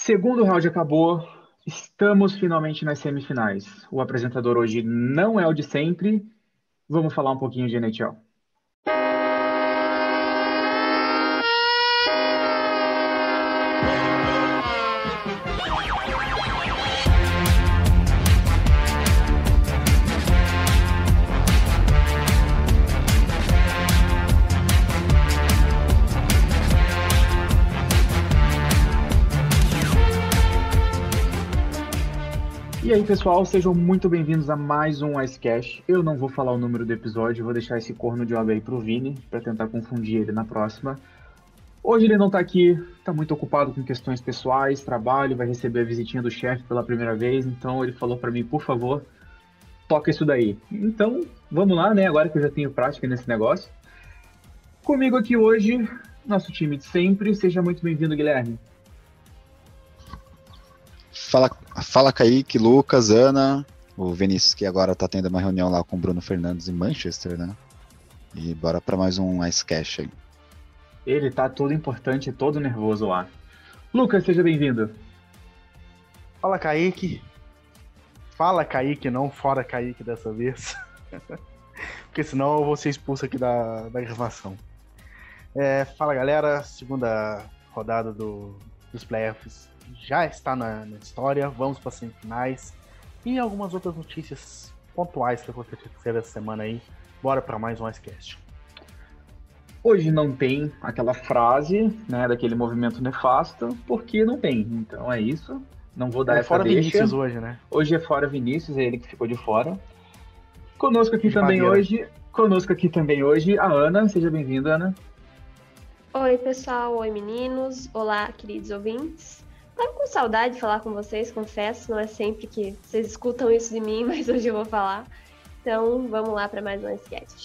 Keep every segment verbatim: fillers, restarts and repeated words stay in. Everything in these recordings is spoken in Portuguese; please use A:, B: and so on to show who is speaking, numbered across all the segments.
A: Segundo round acabou, estamos finalmente nas semifinais. O apresentador hoje não é o de sempre. Vamos falar um pouquinho de N H L. E aí, pessoal, sejam muito bem-vindos a mais um Icecast. Eu não vou falar o número do episódio, vou deixar esse corno de obra aí pro Vini, para tentar confundir ele na próxima. Hoje ele não tá aqui, tá muito ocupado com questões pessoais, trabalho, vai receber a visitinha do chefe pela primeira vez, então ele falou para mim, por favor, toca isso daí. Então, vamos lá, né, agora que eu já tenho prática nesse negócio. Comigo aqui hoje, nosso time de sempre, seja muito bem-vindo, Guilherme.
B: Fala, fala Kaique, Lucas, Ana, o Vinícius que agora tá tendo uma reunião lá com o Bruno Fernandes em Manchester, né? E bora pra mais um Icecast aí.
A: Ele tá todo importante, todo nervoso lá. Lucas, seja bem-vindo.
C: Fala Kaique. Fala Kaique, não fora Kaique dessa vez. Porque senão eu vou ser expulso aqui da, da gravação. É, fala galera, segunda rodada do, dos playoffs já está na, na história, vamos para as semifinais e algumas outras notícias pontuais que aconteceram essa semana aí. Bora para mais um Icecast.
A: Hoje não tem aquela frase, né, daquele movimento nefasto, porque não tem. Então é isso. Não vou dar
C: é
A: essa
C: fora
A: deixa.
C: Vinícius hoje, né?
A: Hoje é fora Vinícius, é ele que ficou de fora. Conosco aqui
C: De
A: também
C: madeira.
A: hoje, conosco aqui também hoje a Ana. Seja bem-vinda, Ana.
D: Oi, pessoal. Oi, meninos. Olá, queridos ouvintes. Tava com saudade de falar com vocês, confesso. Não é sempre que vocês escutam isso de mim, mas hoje eu vou falar. Então, vamos lá para mais um Icecast.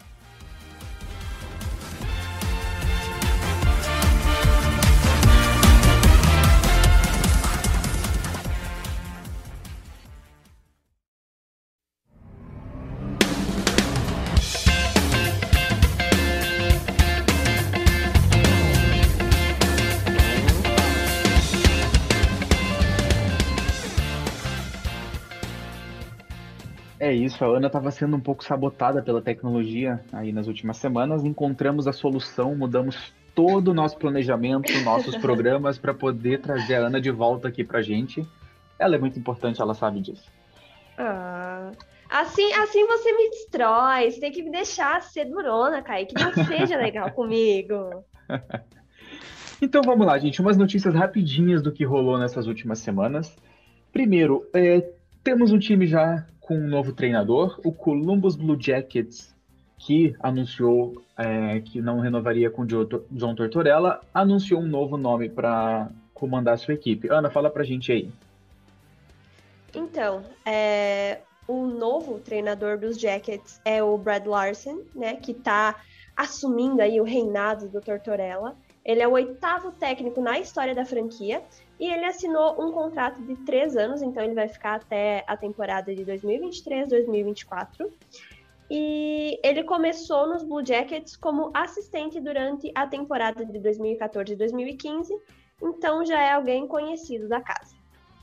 A: É isso, a Ana estava sendo um pouco sabotada pela tecnologia aí nas últimas semanas. Encontramos a solução, mudamos todo o nosso planejamento, nossos programas para poder trazer a Ana de volta aqui pra gente. Ela é muito importante, ela sabe disso.
D: Ah, assim, assim você me destrói. Você tem que me deixar ser durona, Kaique. Não seja legal comigo.
A: Então vamos lá, gente. Umas notícias rapidinhas do que rolou nessas últimas semanas. Primeiro, é, temos um time já com um novo treinador, o Columbus Blue Jackets, que anunciou é, que não renovaria com o John Tortorella, anunciou um novo nome para comandar sua equipe. Ana, fala pra gente aí.
D: Então, é, o novo treinador dos Jackets é o Brad Larsen, né, que está assumindo aí o reinado do Tortorella. Ele é o oitavo técnico na história da franquia e ele assinou um contrato de três anos, então ele vai ficar até a temporada de dois mil e vinte e três, dois mil e vinte e quatro. E ele começou nos Blue Jackets como assistente durante a temporada de dois mil e quatorze e dois mil e quinze, então já é alguém conhecido da casa.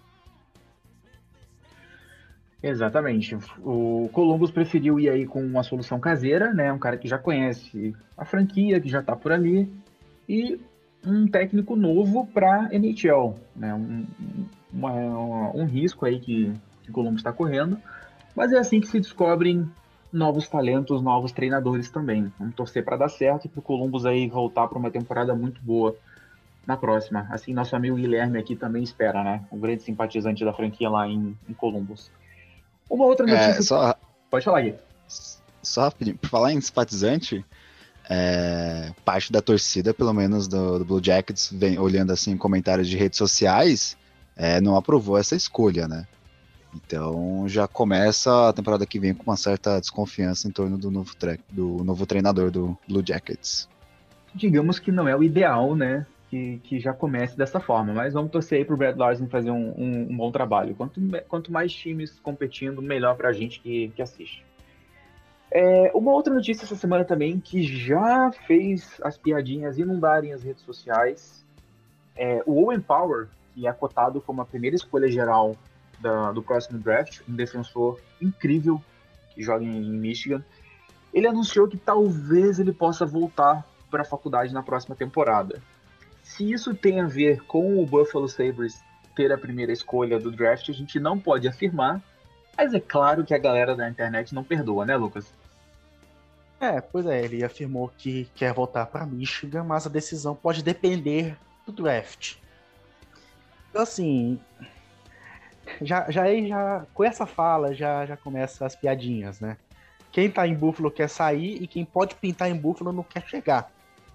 A: Exatamente. O Columbus preferiu ir aí com uma solução caseira, né? Um cara que já conhece a franquia, que já está por ali, e um técnico novo para N H L, né? Um, uma, um risco aí que, que o Columbus está correndo, mas é assim que se descobrem novos talentos, novos treinadores também. Vamos torcer para dar certo e para o Columbus aí voltar para uma temporada muito boa na próxima. Assim, nosso amigo Guilherme aqui também espera, né? Um grande simpatizante da franquia lá em, em Columbus. Uma outra notícia...
B: É, só,
A: Pode falar, Gui.
B: Só rapidinho, por falar em simpatizante, é, parte da torcida, pelo menos do, do Blue Jackets, vem olhando assim comentários de redes sociais, é, não aprovou essa escolha, né? Então já começa a temporada que vem com uma certa desconfiança em torno do novo, tre- do novo treinador do Blue Jackets.
A: Digamos que não é o ideal, né? Que, que já comece dessa forma, mas vamos torcer aí pro Brad Larsen fazer um, um, um bom trabalho. Quanto, quanto mais times competindo, melhor pra gente que, que assiste. É, uma outra notícia essa semana também, que já fez as piadinhas inundarem as redes sociais, é, o Owen Power que é cotado como a primeira escolha geral da, do próximo draft, um defensor incrível que joga em, em Michigan, ele anunciou que talvez ele possa voltar para a faculdade na próxima temporada. Se isso tem a ver com o Buffalo Sabres ter a primeira escolha do draft, a gente não pode afirmar, mas é claro que a galera da internet não perdoa, né, Lucas?
C: É, pois é, ele afirmou que quer voltar para Michigan, mas a decisão pode depender do draft. Então, assim, já, já, já com essa fala já, já começa as piadinhas, né? Quem tá em Buffalo quer sair e quem pode pintar em Buffalo não quer chegar.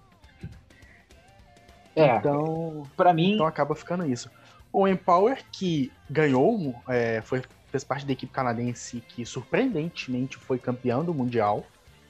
A: É,
C: então,
A: para mim,
C: então acaba ficando isso. O Empower, que ganhou, é, foi, fez parte da equipe canadense que surpreendentemente foi campeão do Mundial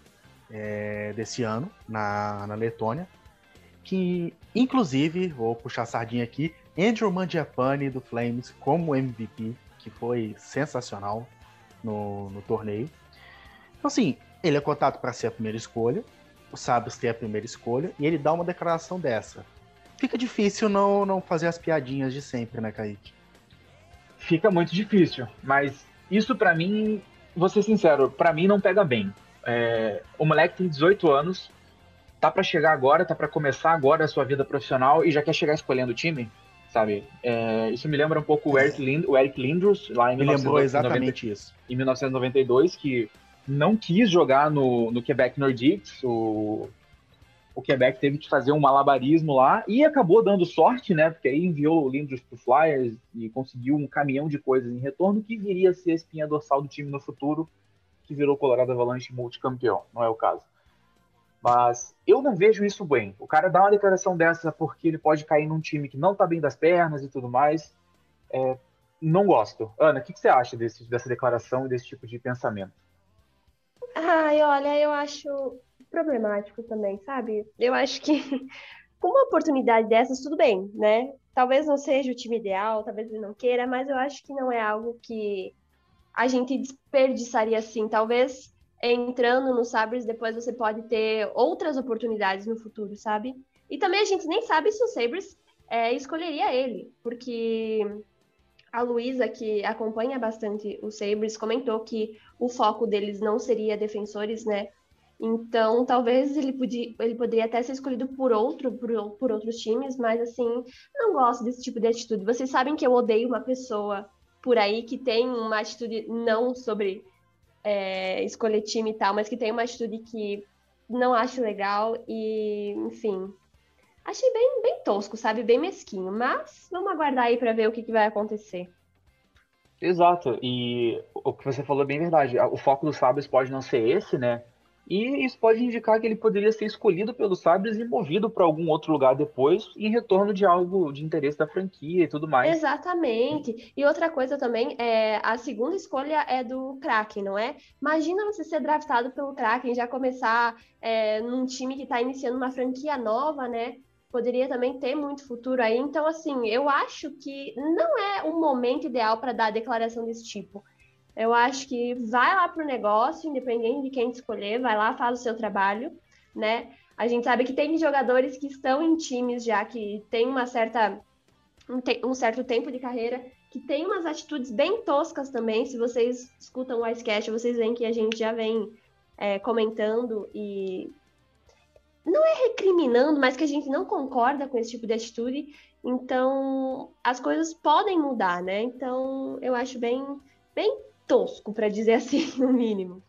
C: é, desse ano, na, na Letônia, que inclusive, vou puxar a sardinha aqui, Andrew Mangiapane do Flames como M V P, que foi sensacional no, no torneio. Então assim, ele é cotado para ser a primeira escolha, o Sabres tem a primeira escolha, e ele dá uma declaração dessa. Fica difícil não, não fazer as piadinhas de sempre, né, Kaique?
A: Fica muito difícil, mas isso pra mim, vou ser sincero, pra mim não pega bem. É, o moleque tem dezoito anos, tá pra chegar agora, tá pra começar agora a sua vida profissional e já quer chegar escolhendo o time, sabe? É, isso me lembra um pouco o Eric, Lind, o Eric Lindros, lá em
C: Me lembrou exatamente isso.
A: Em mil novecentos e noventa e dois, que não quis jogar no, no Quebec Nordiques, o... O Quebec teve que fazer um malabarismo lá e acabou dando sorte, né? Porque aí enviou o Lindros pro Flyers e conseguiu um caminhão de coisas em retorno que viria a ser a espinha dorsal do time no futuro, que virou Colorado Avalanche multicampeão. Não é o caso. Mas eu não vejo isso bem. O cara dá uma declaração dessa porque ele pode cair num time que não tá bem das pernas e tudo mais. É, não gosto. Ana, o que, que você acha desse, dessa declaração e desse tipo de pensamento?
D: Ai, olha, eu acho problemático também, sabe? Eu acho que com uma oportunidade dessas, tudo bem, né? Talvez não seja o time ideal, talvez ele não queira, mas eu acho que não é algo que a gente desperdiçaria assim. Talvez entrando no Sabres, depois você pode ter outras oportunidades no futuro, sabe? E também a gente nem sabe se o Sabres é, escolheria ele, porque a Luísa, que acompanha bastante o Sabres, comentou que o foco deles não seria defensores, né? Então, talvez ele, podia, ele poderia até ser escolhido por outro, por, por outros times, mas assim, não gosto desse tipo de atitude. Vocês sabem que eu odeio uma pessoa por aí que tem uma atitude não sobre é, escolher time e tal, mas que tem uma atitude que não acho legal e, enfim, achei bem, bem tosco, sabe? Bem mesquinho, mas vamos aguardar aí para ver o que, que vai acontecer.
A: Exato, e o que você falou é bem verdade. O foco do Sabres pode não ser esse, né? E isso pode indicar que ele poderia ser escolhido pelo Sabres e movido para algum outro lugar depois, em retorno de algo de interesse da franquia e tudo mais.
D: Exatamente. E outra coisa também, é, a segunda escolha é do Kraken, não é? Imagina você ser draftado pelo Kraken, já começar é, num time que está iniciando uma franquia nova, né? Poderia também ter muito futuro aí. Então, assim, eu acho que não é o momento ideal para dar declaração desse tipo. Eu acho que vai lá pro negócio, independente de quem te escolher, vai lá, faz o seu trabalho, né? A gente sabe que tem jogadores que estão em times já que tem uma certa um, te, um certo tempo de carreira, que tem umas atitudes bem toscas também. Se vocês escutam o Icecast, vocês veem que a gente já vem é, comentando e não é recriminando, mas que a gente não concorda com esse tipo de atitude. Então, as coisas podem mudar, né? Então, eu acho bem, bem tosco, para dizer assim, no mínimo.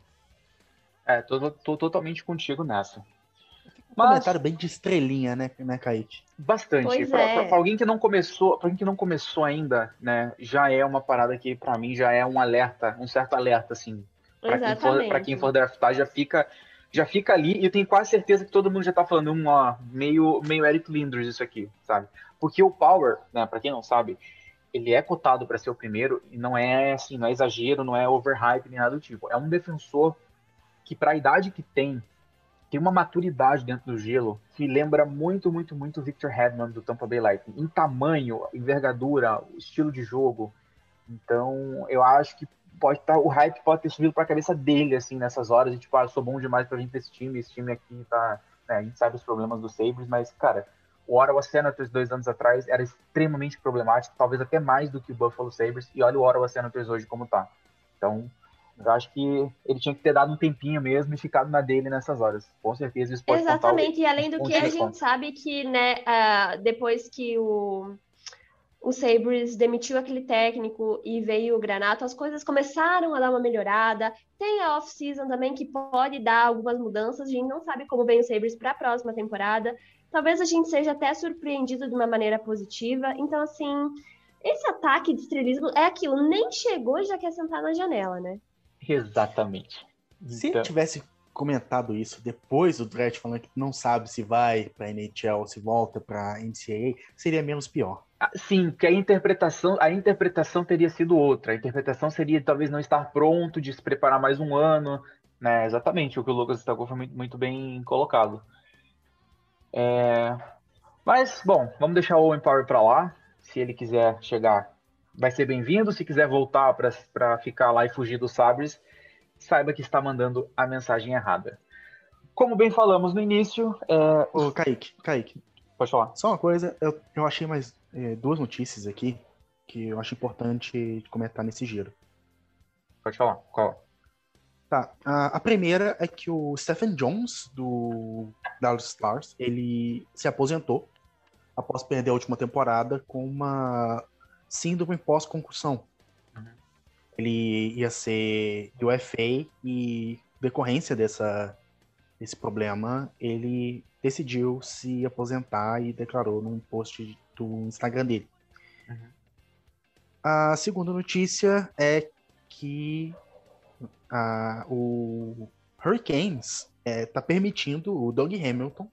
A: É, tô, tô totalmente contigo nessa.
C: Um Mas... comentário bem de estrelinha, né, né, Kaique?
A: Bastante. Pra, é. pra, pra alguém que não começou, para alguém que não começou ainda, né, já é uma parada que para mim já é um alerta, um certo alerta, assim. Para quem for, para quem for draftar já fica, já fica ali e eu tenho quase certeza que todo mundo já tá falando um ó, meio, meio Eric Lindros isso aqui, sabe? Porque o Power, né, para quem não sabe, ele é cotado para ser o primeiro e não é assim, não é exagero, não é overhype nem nada do tipo. É um defensor que para a idade que tem, tem uma maturidade dentro do gelo que lembra muito, muito, muito o Victor Hedman do Tampa Bay Lightning. Em tamanho, envergadura, estilo de jogo. Então, eu acho que pode estar, o hype pode ter subido para a cabeça dele, assim, nessas horas. E tipo, ah, eu sou bom demais para vir para esse time, esse time aqui tá... Né, a gente sabe os problemas do Sabres, mas, cara, o Ottawa Senators dois anos atrás era extremamente problemático, talvez até mais do que o Buffalo Sabres, e olha o Ottawa Senators hoje como tá. Então, eu acho que ele tinha que ter dado um tempinho mesmo e ficado na dele nessas horas. Com certeza isso pode
D: Exatamente,
A: contar,
D: e além do que a gente sabe que, né, uh, depois que o, o Sabres demitiu aquele técnico e veio o Granato, as coisas começaram a dar uma melhorada. Tem a off-season também que pode dar algumas mudanças, a gente não sabe como vem o Sabres para a próxima temporada. Talvez a gente seja até surpreendido de uma maneira positiva. Então, assim, esse ataque de estrelismo é aquilo, nem chegou e já quer sentar na janela, né?
A: Exatamente.
C: Se
A: Então...
C: ele tivesse comentado isso depois do draft, falando que não sabe se vai para N H L ou se volta para N C A A, seria menos pior.
A: Sim, porque a interpretação, a interpretação teria sido outra. A interpretação seria talvez não estar pronto, de se preparar mais um ano. Né? Exatamente, o que o Lucas destacou foi muito, muito bem colocado. É... Mas, bom, vamos deixar o Owen Power para lá. Se ele quiser chegar, vai ser bem-vindo. Se quiser voltar para ficar lá e fugir dos Sabres, saiba que está mandando a mensagem errada. Como bem falamos no início... É...
C: Ô, Kaique, Kaique.
A: Pode falar.
C: Só uma coisa, eu, eu achei mais é, duas notícias aqui que eu acho importante comentar nesse giro.
A: Pode falar. Qual?
C: Tá, a, a primeira é que o Stephen Jones, do Dallas Stars, ele se aposentou após perder a última temporada com uma síndrome pós-concussão. Uhum. Ele ia ser U F A e, decorrência dessa, desse problema, ele decidiu se aposentar e declarou num post do Instagram dele. Uhum. A segunda notícia é que a, o Hurricanes está é, permitindo o Doug Hamilton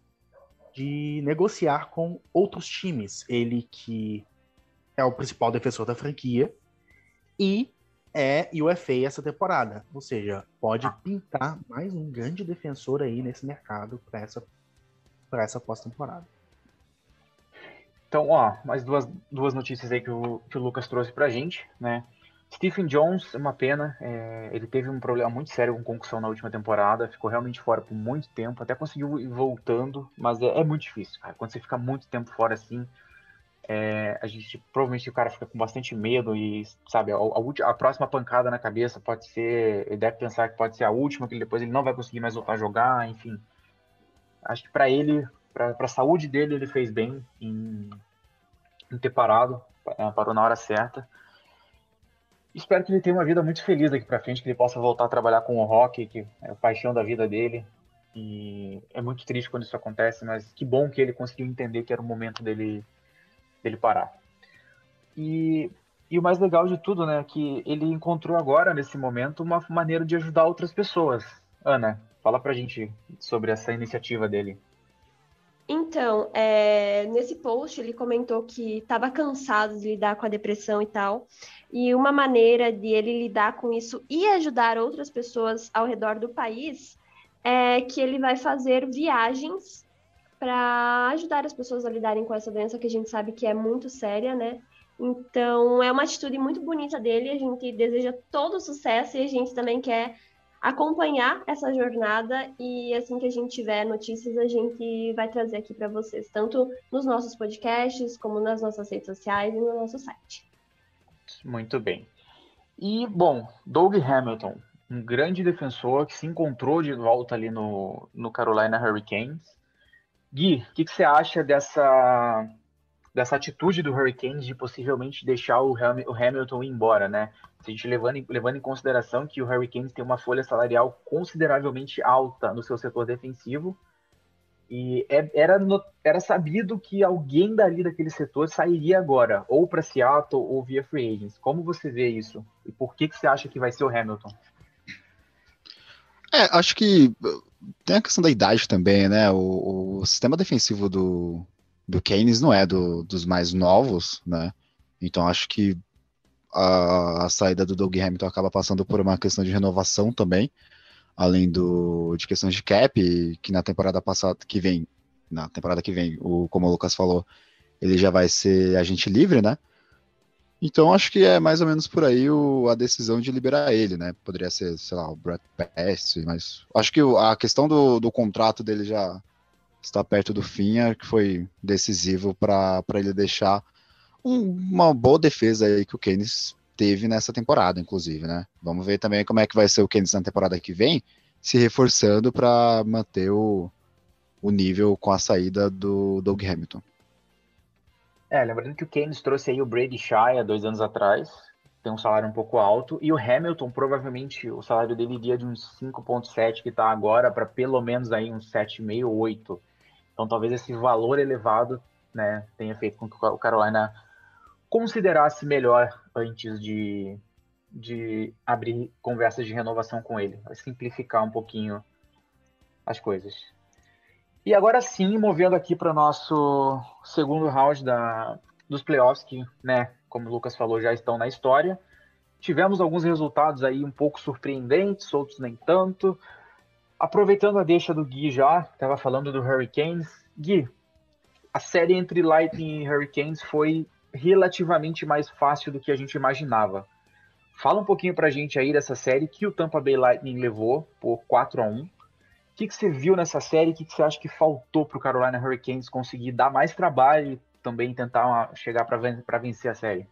C: de negociar com outros times. Ele que é o principal defensor da franquia e é U F A essa temporada. Ou seja, pode pintar mais um grande defensor aí nesse mercado para essa, para essa pós-temporada.
A: Então, ó, mais duas, duas notícias aí que o, que o Lucas trouxe pra gente, né? Stephen Jones, uma pena, é, ele teve um problema muito sério com concussão na última temporada, ficou realmente fora por muito tempo, até conseguiu ir voltando, mas é, é muito difícil, cara. Quando você fica muito tempo fora assim, é, a gente provavelmente o cara fica com bastante medo e, sabe, a, a, a próxima pancada na cabeça pode ser, ele deve pensar que pode ser a última, que depois ele não vai conseguir mais voltar a jogar, enfim. Acho que pra ele, pra, pra saúde dele, ele fez bem em, em ter parado, é, parou na hora certa. Espero que ele tenha uma vida muito feliz daqui pra frente, que ele possa voltar a trabalhar com o hockey, que é a paixão da vida dele. E é muito triste quando isso acontece, mas que bom que ele conseguiu entender que era o momento dele, dele parar. E, e o mais legal de tudo, né, que ele encontrou agora, nesse momento, uma maneira de ajudar outras pessoas. Ana, fala pra gente sobre essa iniciativa dele.
D: Então, é, nesse post ele comentou que estava cansado de lidar com a depressão e tal, e uma maneira de ele lidar com isso e ajudar outras pessoas ao redor do país é que ele vai fazer viagens para ajudar as pessoas a lidarem com essa doença que a gente sabe que é muito séria, né? Então, é uma atitude muito bonita dele, a gente deseja todo sucesso e a gente também quer acompanhar essa jornada e assim que a gente tiver notícias, a gente vai trazer aqui para vocês, tanto nos nossos podcasts, como nas nossas redes sociais e no nosso site.
A: Muito bem. E, bom, Doug Hamilton, um grande defensor que se encontrou de volta ali no, no Carolina Hurricanes. Gui, o que, que você acha dessa, dessa atitude do Hurricanes de possivelmente deixar o, Ham, o Hamilton ir embora, né? A gente levando, levando em consideração que o Hurricanes tem uma folha salarial consideravelmente alta no seu setor defensivo e é, era, no, era sabido que alguém dali daquele setor sairia agora, ou para Seattle ou via Free Agents. Como você vê isso? E por que, que você acha que vai ser o Hamilton?
B: É, acho que tem a questão da idade também, né? O, o sistema defensivo do, do Canes não é do, dos mais novos, né? Então acho que A, a saída do Doug Hamilton acaba passando por uma questão de renovação também, além do, de questões de cap, que na temporada passada, que vem, na temporada que vem, o, como o Lucas falou, ele já vai ser agente livre, né? Então acho que é mais ou menos por aí o, a decisão de liberar ele, né? Poderia ser, sei lá, o Brett Pesce, mas acho que a questão do, do contrato dele já, está perto do fim, é que foi decisivo para ele deixar um, uma boa defesa aí que o Keynes teve nessa temporada, inclusive, né? Vamos ver também como é que vai ser o Keynes na temporada que vem, se reforçando para manter o, o nível com a saída do Doug Hamilton.
A: É, lembrando que o Keynes trouxe aí o Brady Shea há dois anos atrás, tem um salário um pouco alto, e o Hamilton, provavelmente, o salário dele iria de uns cinco vírgula sete que está agora para pelo menos aí uns sete vírgula cinco, oito. Então talvez esse valor elevado, né, tenha feito com que o Carolina considerasse melhor antes de, de abrir conversas de renovação com ele. Vai simplificar um pouquinho as coisas. E agora sim, movendo aqui para o nosso segundo round da, dos playoffs, que, né, como o Lucas falou, já estão na história. Tivemos alguns resultados aí um pouco surpreendentes, outros nem tanto. Aproveitando a deixa do Gui já, estava falando do Hurricanes. Gui, a série entre Lightning e Hurricanes foi relativamente mais fácil do que a gente imaginava. Fala um pouquinho pra gente aí dessa série que o Tampa Bay Lightning levou por quatro a um. O que, que você viu nessa série? O que, que você acha que faltou para o Carolina Hurricanes conseguir dar mais trabalho e também tentar uma, chegar para vencer a série?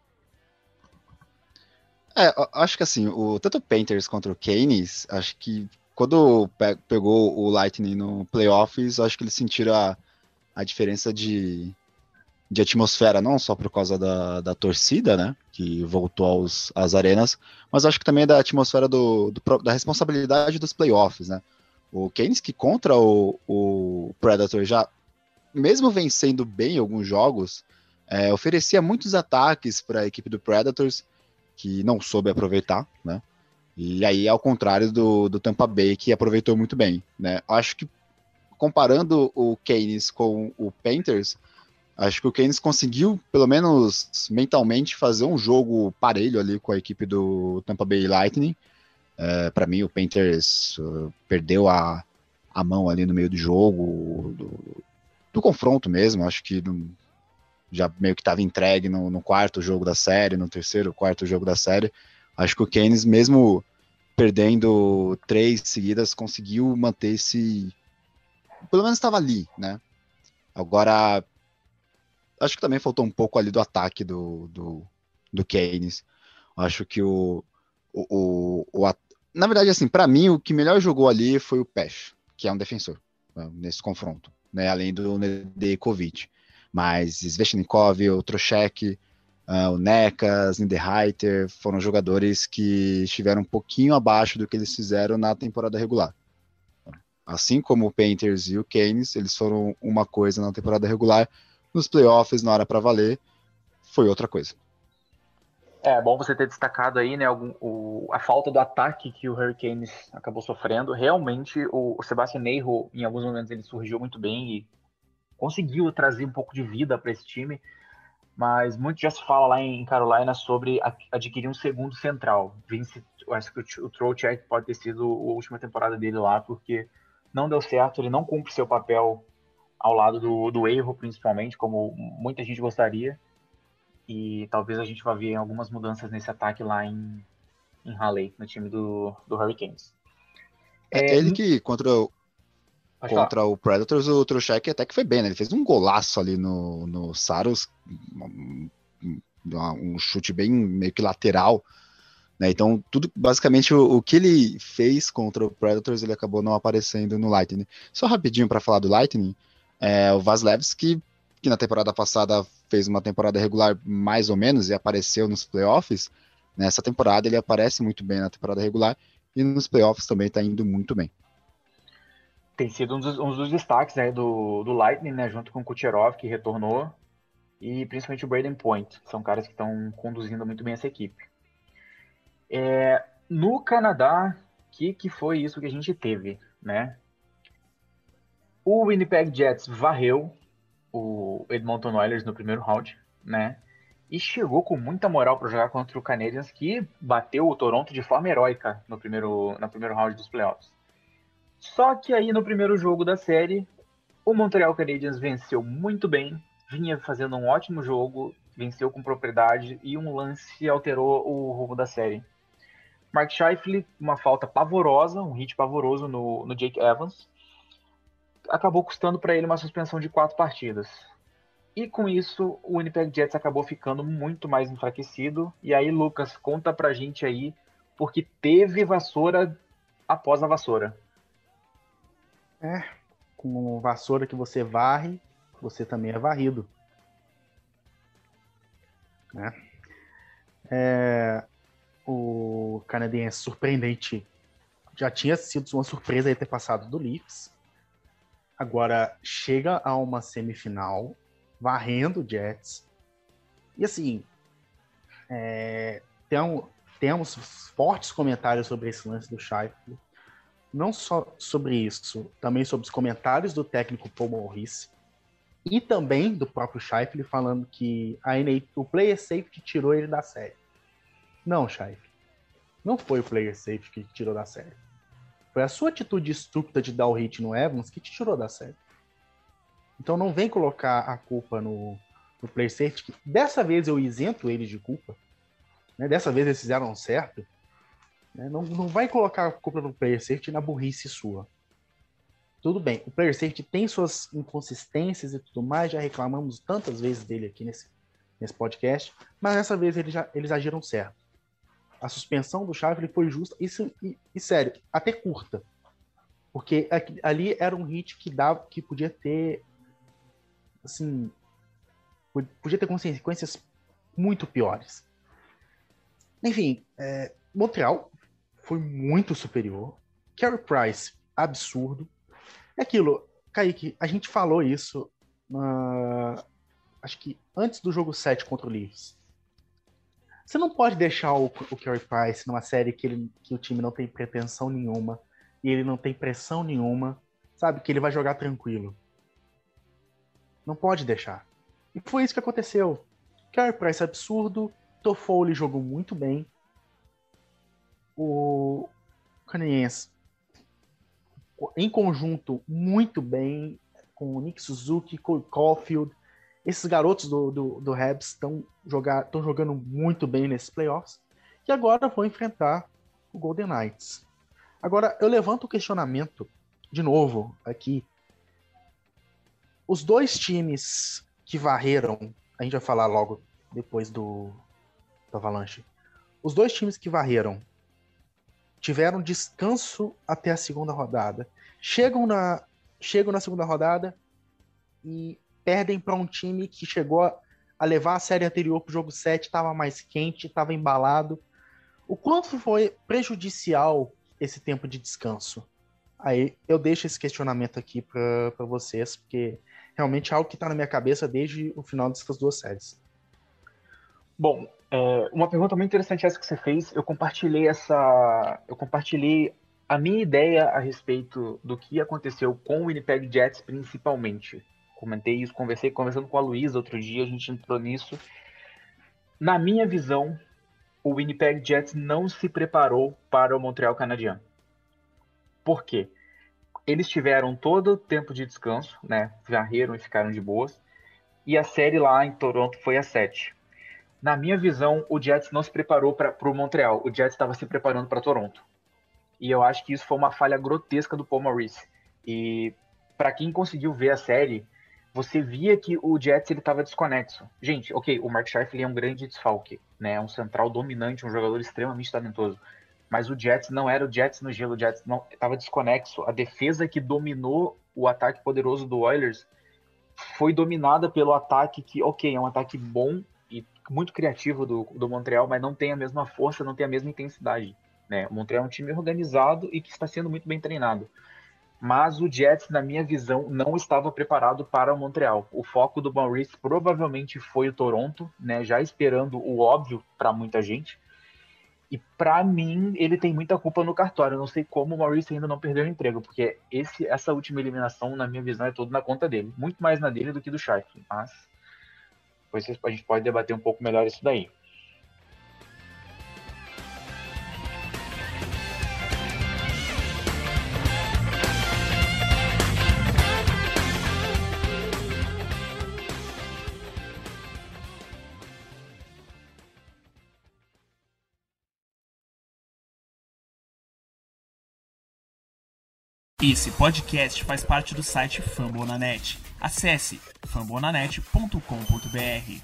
B: É, acho que assim, o, tanto o Panthers contra o Canes, acho que quando pe pegou o Lightning no playoffs, acho que eles sentiram a, a diferença de, de atmosfera, não só por causa da, da torcida, né, que voltou aos, às arenas, mas acho que também da atmosfera do, do, da responsabilidade dos playoffs, né. O Canes que contra o, o Predator já, mesmo vencendo bem alguns jogos, é, oferecia muitos ataques para a equipe do Predators, que não soube aproveitar, né? E aí, ao contrário do, do Tampa Bay, que aproveitou muito bem, né? Acho que, comparando o Canes com o Panthers, acho que o Canes conseguiu, pelo menos mentalmente, fazer um jogo parelho ali com a equipe do Tampa Bay Lightning. É, para mim, o Panthers uh, perdeu a, a mão ali no meio do jogo, do, do confronto mesmo. Acho que não, já meio que estava entregue no, no quarto jogo da série, no terceiro, quarto jogo da série. Acho que o Canes, mesmo perdendo três seguidas, conseguiu manter esse... Pelo menos estava ali, né? Agora, acho que também faltou um pouco ali do ataque do, do, do Canes. Acho que o, o, o, o na verdade, assim, para mim, o que melhor jogou ali foi o Pesh, que é um defensor, né, nesse confronto, né, além do Nedeljkovic. Mas Svechnikov, o Trocheck, uh, o Necas, Niederreiter, foram jogadores que estiveram um pouquinho abaixo do que eles fizeram na temporada regular. Assim como o Panthers e o Canes, eles foram uma coisa na temporada regular, nos playoffs, na hora para valer, foi outra coisa.
A: É bom você ter destacado aí, né, algum, o, a falta do ataque que o Hurricanes acabou sofrendo. Realmente, o, o Sebastian Aho, em alguns momentos, ele surgiu muito bem e conseguiu trazer um pouco de vida para esse time, mas muito já se fala lá em Carolina sobre a, adquirir um segundo central. Vince, eu acho que o, o Trocheck pode ter sido a última temporada dele lá, porque não deu certo, ele não cumpre seu papel ao lado do, do Aho, principalmente, como muita gente gostaria. E talvez a gente vá ver algumas mudanças nesse ataque lá em, em Raleigh, no time do, do Hurricanes.
B: É,
A: É,
B: ele que contra, contra o Predators, o Trocheck até que foi bem, né? Ele fez um golaço ali no, no Saros, um, um chute bem meio que lateral, né? Então, tudo, basicamente, o, o que ele fez contra o Predators, ele acabou não aparecendo no Lightning. Só rapidinho para falar do Lightning, é, o Vasilevskiy, que na temporada passada fez uma temporada regular mais ou menos e apareceu nos playoffs, nessa temporada ele aparece muito bem na temporada regular e nos playoffs também está indo muito bem.
A: Tem sido um dos, um dos destaques, né, do, do Lightning, né, junto com o Kucherov, que retornou, e principalmente o Brayden Point. São caras que estão conduzindo muito bem essa equipe. É, no Canadá, o que, que foi isso que a gente teve, né? O Winnipeg Jets varreu o Edmonton Oilers no primeiro round, né? E chegou com muita moral para jogar contra o Canadiens, que bateu o Toronto de forma heróica no primeiro, no primeiro round dos playoffs. Só que aí no primeiro jogo da série, o Montreal Canadiens venceu muito bem, vinha fazendo um ótimo jogo, venceu com propriedade e um lance alterou o rumo da série. Mark Scheifele, uma falta pavorosa, um hit pavoroso no, no Jake Evans. acabou custando para ele uma suspensão de quatro partidas. E com isso, o Winnipeg Jets acabou ficando muito mais enfraquecido. E aí, Lucas, conta pra gente aí, porque teve vassoura após a vassoura.
C: É, com vassoura que você varre, você também é varrido. Né? É, o canadense surpreendente já tinha sido uma surpresa ele ter passado do Leafs. Agora chega a uma semifinal, varrendo o Jets. E assim, é, tem um, temos fortes comentários sobre esse lance do Scheifele. Não só sobre isso, também sobre os comentários do técnico Paul Maurice e também do próprio Scheifele falando que a N H L, o player safety tirou ele da série. Não, Scheifele. Não foi o player safety que tirou da série. Foi a sua atitude estúpida de dar o hit no Evans que te tirou da série. Então não vem colocar a culpa no, no player safety. Que dessa vez eu isento eles de culpa. Né? Dessa vez eles fizeram certo. Né? Não, não vai colocar a culpa no player safety na burrice sua. Tudo bem, o player safety tem suas inconsistências e tudo mais, já reclamamos tantas vezes dele aqui nesse, nesse podcast, mas dessa vez eles, já, eles agiram certo. A suspensão do Scheifele foi justa, isso, e, e sério, até curta. Porque aqui, ali era um hit que, dava, que podia ter, assim, podia ter consequências muito piores. Enfim, é, Montreal foi muito superior. Carey Price, absurdo. É aquilo, Kaique, a gente falou isso uh, acho que antes do jogo sete contra o Leafs. Você não pode deixar o, o Carey Price numa série que, ele, que o time não tem pretensão nenhuma e ele não tem pressão nenhuma, sabe? Que ele vai jogar tranquilo. Não pode deixar. E foi isso que aconteceu. Carey Price absurdo, Toffoli jogou muito bem. O Canadiense em conjunto muito bem com o Nick Suzuki, Cole Caulfield. Esses garotos do, do, do Habs estão jogar, jogando muito bem nesses playoffs e agora vão enfrentar o Golden Knights. Agora, eu levanto o questionamento de novo aqui. Os dois times que varreram, a gente vai falar logo depois do, do Avalanche, os dois times que varreram tiveram descanso até a segunda rodada. Chegam na, chegam na segunda rodada e perdem para um time que chegou a, a levar a série anterior para o jogo sete, estava mais quente, estava embalado. O quanto foi prejudicial esse tempo de descanso? Aí eu deixo esse questionamento aqui para vocês, porque realmente é algo que está na minha cabeça desde o final dessas duas séries.
A: Bom, é, uma pergunta muito interessante essa que você fez. Eu compartilhei essa, eu compartilhei a minha ideia a respeito do que aconteceu com o Winnipeg Jets, principalmente. Comentei isso, conversei conversando com a Luísa outro dia, a gente entrou nisso. Na minha visão, o Winnipeg Jets não se preparou para o Montreal Canadiens. Por quê? Eles tiveram todo o tempo de descanso, né? Varreram e ficaram de boas. E a série lá em Toronto foi a sete. Na minha visão, o Jets não se preparou para o Montreal. O Jets estava se preparando para Toronto. E eu acho que isso foi uma falha grotesca do Paul Maurice. E para quem conseguiu ver a série, você via que o Jets estava desconexo. Gente, ok, o Mark Scheifele é um grande desfalque, né? É um central dominante, um jogador extremamente talentoso. Mas o Jets não era o Jets no gelo, o Jets não estava desconexo. A defesa que dominou o ataque poderoso do Oilers foi dominada pelo ataque que, ok, é um ataque bom e muito criativo do, do Montreal, mas não tem a mesma força, não tem a mesma intensidade. Né? O Montreal é um time organizado e que está sendo muito bem treinado. Mas o Jets, na minha visão, não estava preparado para o Montreal. O foco do Maurice provavelmente foi o Toronto, né? Já esperando o óbvio para muita gente. E para mim, ele tem muita culpa no cartório. Eu não sei como o Maurice ainda não perdeu o emprego, porque esse, essa última eliminação, na minha visão, é toda na conta dele. Muito mais na dele do que do Scheifele. Mas depois a gente pode debater um pouco melhor isso daí.
E: Esse podcast faz parte do site Fambonanet. Acesse fambonanet ponto com ponto b r.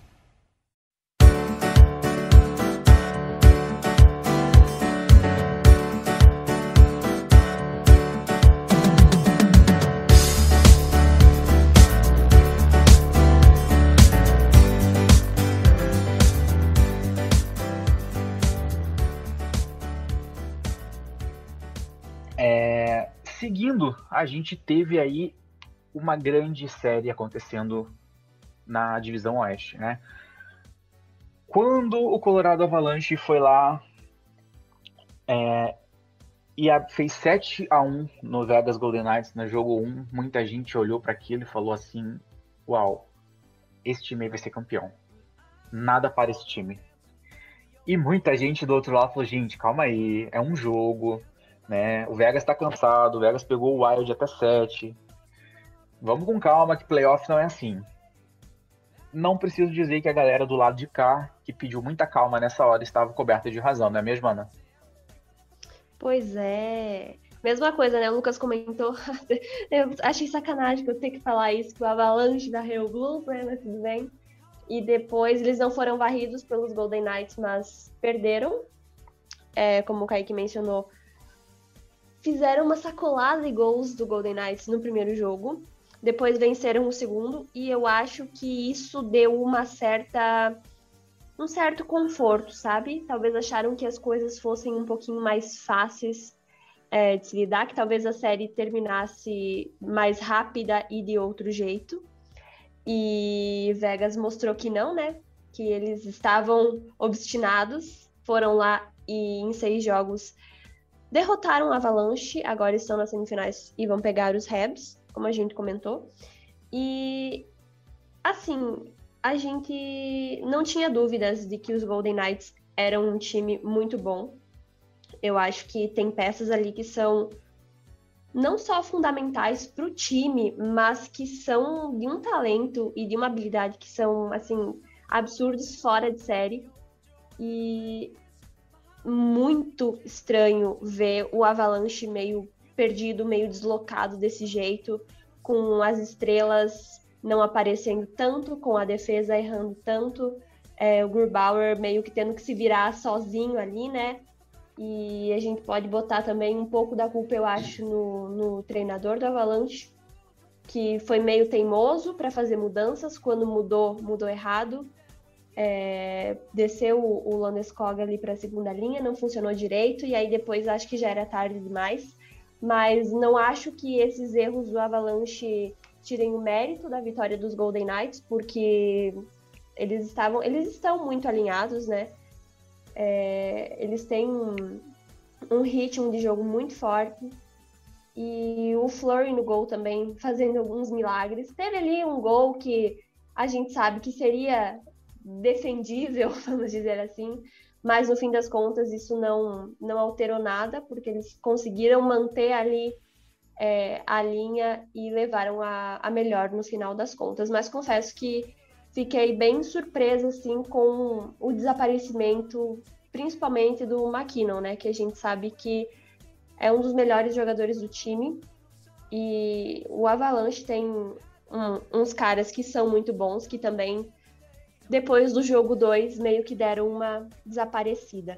A: É, seguindo, a gente teve aí uma grande série acontecendo na divisão oeste, né? Quando o Colorado Avalanche foi lá é, e a, fez sete a um no Vegas Golden Knights no jogo um, muita gente olhou para aquilo e falou assim: uau, esse time aí vai ser campeão. Nada para esse time. E muita gente do outro lado falou: gente, calma aí, é um jogo, né? O Vegas tá cansado, o Vegas pegou o Wild até sete. Vamos com calma, que playoff não é assim. Não preciso dizer que a galera do lado de cá, que pediu muita calma nessa hora, estava coberta de razão, não é mesmo, Ana?
D: Pois é. Mesma coisa, né? O Lucas comentou. Eu achei sacanagem que eu tenho que falar isso, que o Avalanche varreu o Blues, né? Mas tudo bem. E depois eles não foram varridos pelos Golden Knights, mas perderam. É, como o Kaique mencionou, fizeram uma sacolada de gols do Golden Knights no primeiro jogo. Depois venceram o segundo. E eu acho que isso deu uma certa... um certo conforto, sabe? Talvez acharam que as coisas fossem um pouquinho mais fáceis é, de se lidar, que talvez a série terminasse mais rápida e de outro jeito. E Vegas mostrou que não, né? Que eles estavam obstinados, foram lá e em seis jogos derrotaram o Avalanche, agora estão nas semifinais e vão pegar os Habs, como a gente comentou. E, assim, a gente não tinha dúvidas de que os Golden Knights eram um time muito bom. Eu acho que tem peças ali que são não só fundamentais para o time, mas que são de um talento e de uma habilidade que são, assim, absurdos fora de série. E muito estranho ver o Avalanche meio perdido, meio deslocado desse jeito, com as estrelas não aparecendo tanto, com a defesa errando tanto, é, o Grubauer meio que tendo que se virar sozinho ali, né? E a gente pode botar também um pouco da culpa, eu acho, no, no treinador do Avalanche, que foi meio teimoso para fazer mudanças, quando mudou, mudou errado. É, desceu o, o Landeskog ali para a segunda linha, não funcionou direito, e aí depois acho que já era tarde demais. Mas não acho que esses erros do Avalanche tirem o mérito da vitória dos Golden Knights, porque eles estavam, eles estão muito alinhados, né? É, eles têm um, um ritmo de jogo muito forte, e o Fleury no gol também fazendo alguns milagres. Teve ali um gol que a gente sabe que seria defendível, vamos dizer assim, mas no fim das contas isso não, não alterou nada, porque eles conseguiram manter ali é, a linha e levaram a, a melhor no final das contas. Mas confesso que fiquei bem surpresa assim, com o desaparecimento, principalmente do McKinnon, né, que a gente sabe que é um dos melhores jogadores do time, e o Avalanche tem um, uns caras que são muito bons, que também depois do jogo dois, meio que deram uma desaparecida.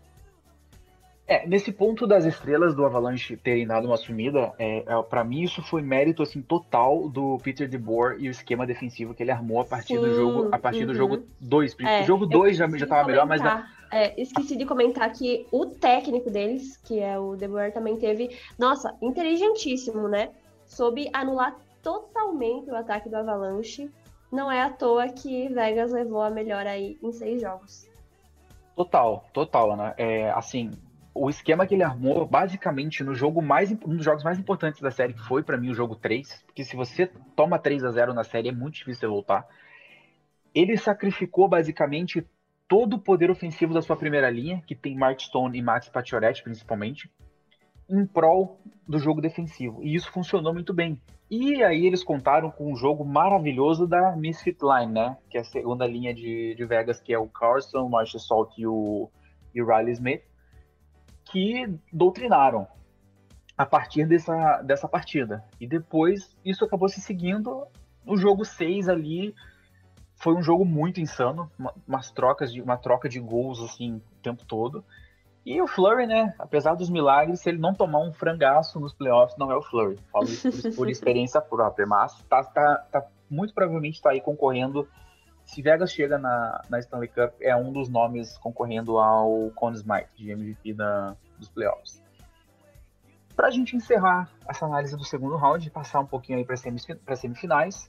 A: É, nesse ponto das estrelas do Avalanche terem dado uma sumida, é, é, para mim isso foi mérito assim, total do Peter DeBoer e o esquema defensivo que ele armou a partir Sim, do jogo a partir uhum. do jogo dois. É, o jogo dois já estava melhor, mas... Na...
D: É, esqueci de comentar que o técnico deles, que é o DeBoer, também teve... Nossa, inteligentíssimo, né? Soube anular totalmente o ataque do Avalanche. Não é à toa que Vegas levou a melhor aí em seis jogos.
A: Total, total, né? É, assim, o esquema que ele armou, basicamente, no jogo mais, um dos jogos mais importantes da série, que foi, pra mim, o jogo três, porque se você toma três a zero na série, é muito difícil você voltar. Ele sacrificou, basicamente, todo o poder ofensivo da sua primeira linha, que tem Mark Stone e Max Pacioretty, principalmente, em prol do jogo defensivo. E isso funcionou muito bem. E aí eles contaram com um jogo maravilhoso da Misfit Line, né? Que é a segunda linha de, de Vegas, que é o Carson, o Marshall Salt e o, e o Riley Smith, que doutrinaram. a partir dessa, dessa partida. E depois isso acabou se seguindo no jogo seis ali. Foi um jogo muito insano, uma, umas trocas de, uma troca de gols assim, o tempo todo. E o Fleury, né, apesar dos milagres, se ele não tomar um frangaço nos playoffs, não é o Fleury. Falo isso por, por experiência própria, mas tá, tá, tá, muito provavelmente está aí concorrendo. Se Vegas chega na, na Stanley Cup, é um dos nomes concorrendo ao Conn Smythe, de M V P da, dos playoffs. Para a gente encerrar essa análise do segundo round e passar um pouquinho aí para as semifinais,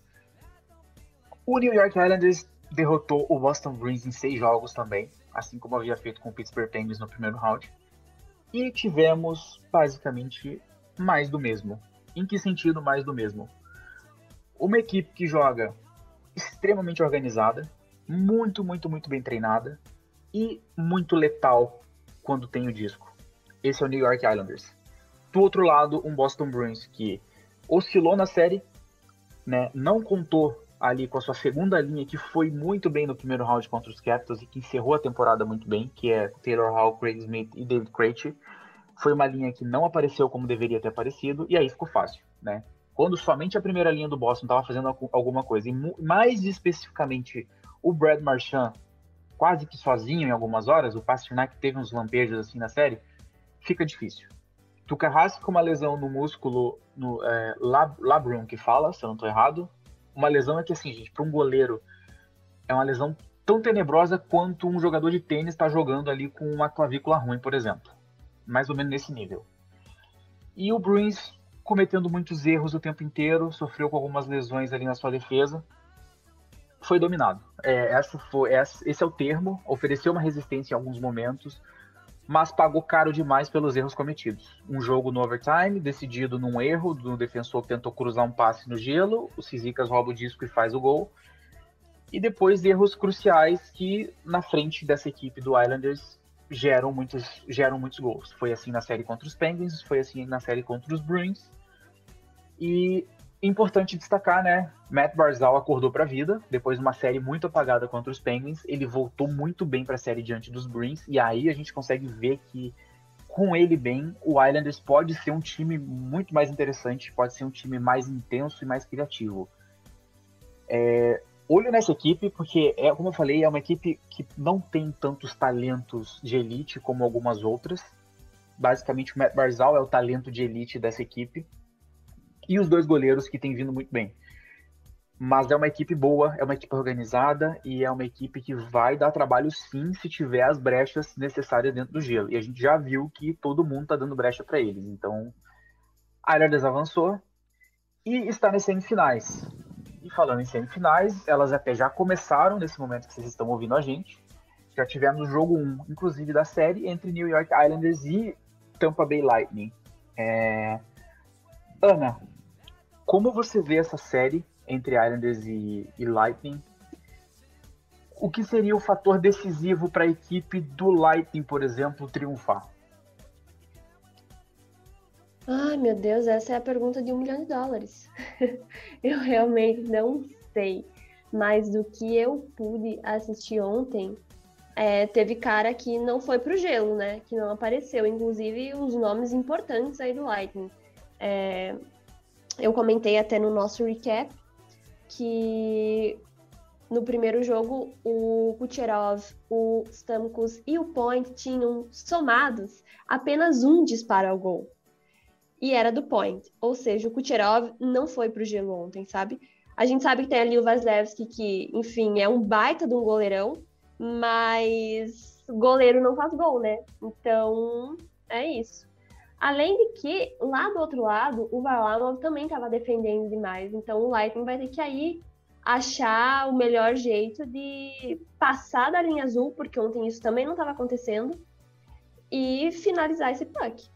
A: o New York Islanders derrotou o Boston Bruins em seis jogos também, assim como havia feito com o Pittsburgh Penguins no primeiro round. E tivemos, basicamente, mais do mesmo. Em que sentido mais do mesmo? Uma equipe que joga extremamente organizada, muito, muito, muito bem treinada e muito letal quando tem o disco. Esse é o New York Islanders. Do outro lado, um Boston Bruins que oscilou na série, né, não contou ali com a sua segunda linha, que foi muito bem no primeiro round contra os Capitals e que encerrou a temporada muito bem, que é Taylor Hall, Craig Smith e David Krejci. Foi uma linha que não apareceu como deveria ter aparecido, e aí ficou fácil, né? Quando somente a primeira linha do Boston estava fazendo alguma coisa, e mais especificamente o Brad Marchand, quase que sozinho em algumas horas, o Pastrnak teve uns lampejos assim na série, fica difícil. Tuukka Rask com uma lesão no músculo, no é, lab, labrum que fala, se eu não estou errado. Uma lesão é que, assim, gente, para um goleiro, é uma lesão tão tenebrosa quanto um jogador de tênis está jogando ali com uma clavícula ruim, por exemplo. Mais ou menos nesse nível. E o Bruins cometendo muitos erros o tempo inteiro, sofreu com algumas lesões ali na sua defesa. Foi dominado. É, essa foi, esse é o termo, ofereceu uma resistência em alguns momentos, mas pagou caro demais pelos erros cometidos. Um jogo no overtime, decidido num erro do defensor que tentou cruzar um passe no gelo, o Cizikas rouba o disco e faz o gol. E depois erros cruciais que, na frente dessa equipe do Islanders, geram muitos, geram muitos gols. Foi assim na série contra os Penguins, foi assim na série contra os Bruins. E importante destacar, né? Matt Barzal acordou para a vida, depois de uma série muito apagada contra os Penguins, ele voltou muito bem para a série diante dos Bruins, e aí a gente consegue ver que, com ele bem, o Islanders pode ser um time muito mais interessante, pode ser um time mais intenso e mais criativo. É, olho nessa equipe, porque, é, como eu falei, é uma equipe que não tem tantos talentos de elite como algumas outras. Basicamente, o Matt Barzal é o talento de elite dessa equipe, e os dois goleiros que têm vindo muito bem. Mas é uma equipe boa, é uma equipe organizada e é uma equipe que vai dar trabalho sim se tiver as brechas necessárias dentro do gelo. E a gente já viu que todo mundo está dando brecha para eles. Então, a Islanders avançou e está nas semifinais. E falando em semifinais, elas até já começaram nesse momento que vocês estão ouvindo a gente. Já tivemos o jogo um, inclusive, da série entre New York Islanders e Tampa Bay Lightning. É... Ana, como você vê essa série entre Islanders e, e Lightning? O que seria o fator decisivo para a equipe do Lightning, por exemplo, triunfar?
D: Ai, meu Deus, essa é a pergunta de um milhão de dólares. Eu realmente não sei. Mas do que eu pude assistir ontem, é, teve cara que não foi pro gelo, né? Que não apareceu. Inclusive, os nomes importantes aí do Lightning. É, eu comentei até no nosso recap que no primeiro jogo o Kucherov, o Stamkos e o Point tinham somados apenas um disparo ao gol. E era do Point. Ou seja, o Kucherov não foi pro gelo ontem, sabe? A gente sabe que tem ali o Vasilevskiy, que, enfim, é um baita de um goleirão, mas goleiro não faz gol, né? Então, é isso. Além de que, lá do outro lado, o Varlamov também estava defendendo demais. Então, o Lightning vai ter que aí achar o melhor jeito de passar da linha azul, porque ontem isso também não estava acontecendo, e finalizar esse puck.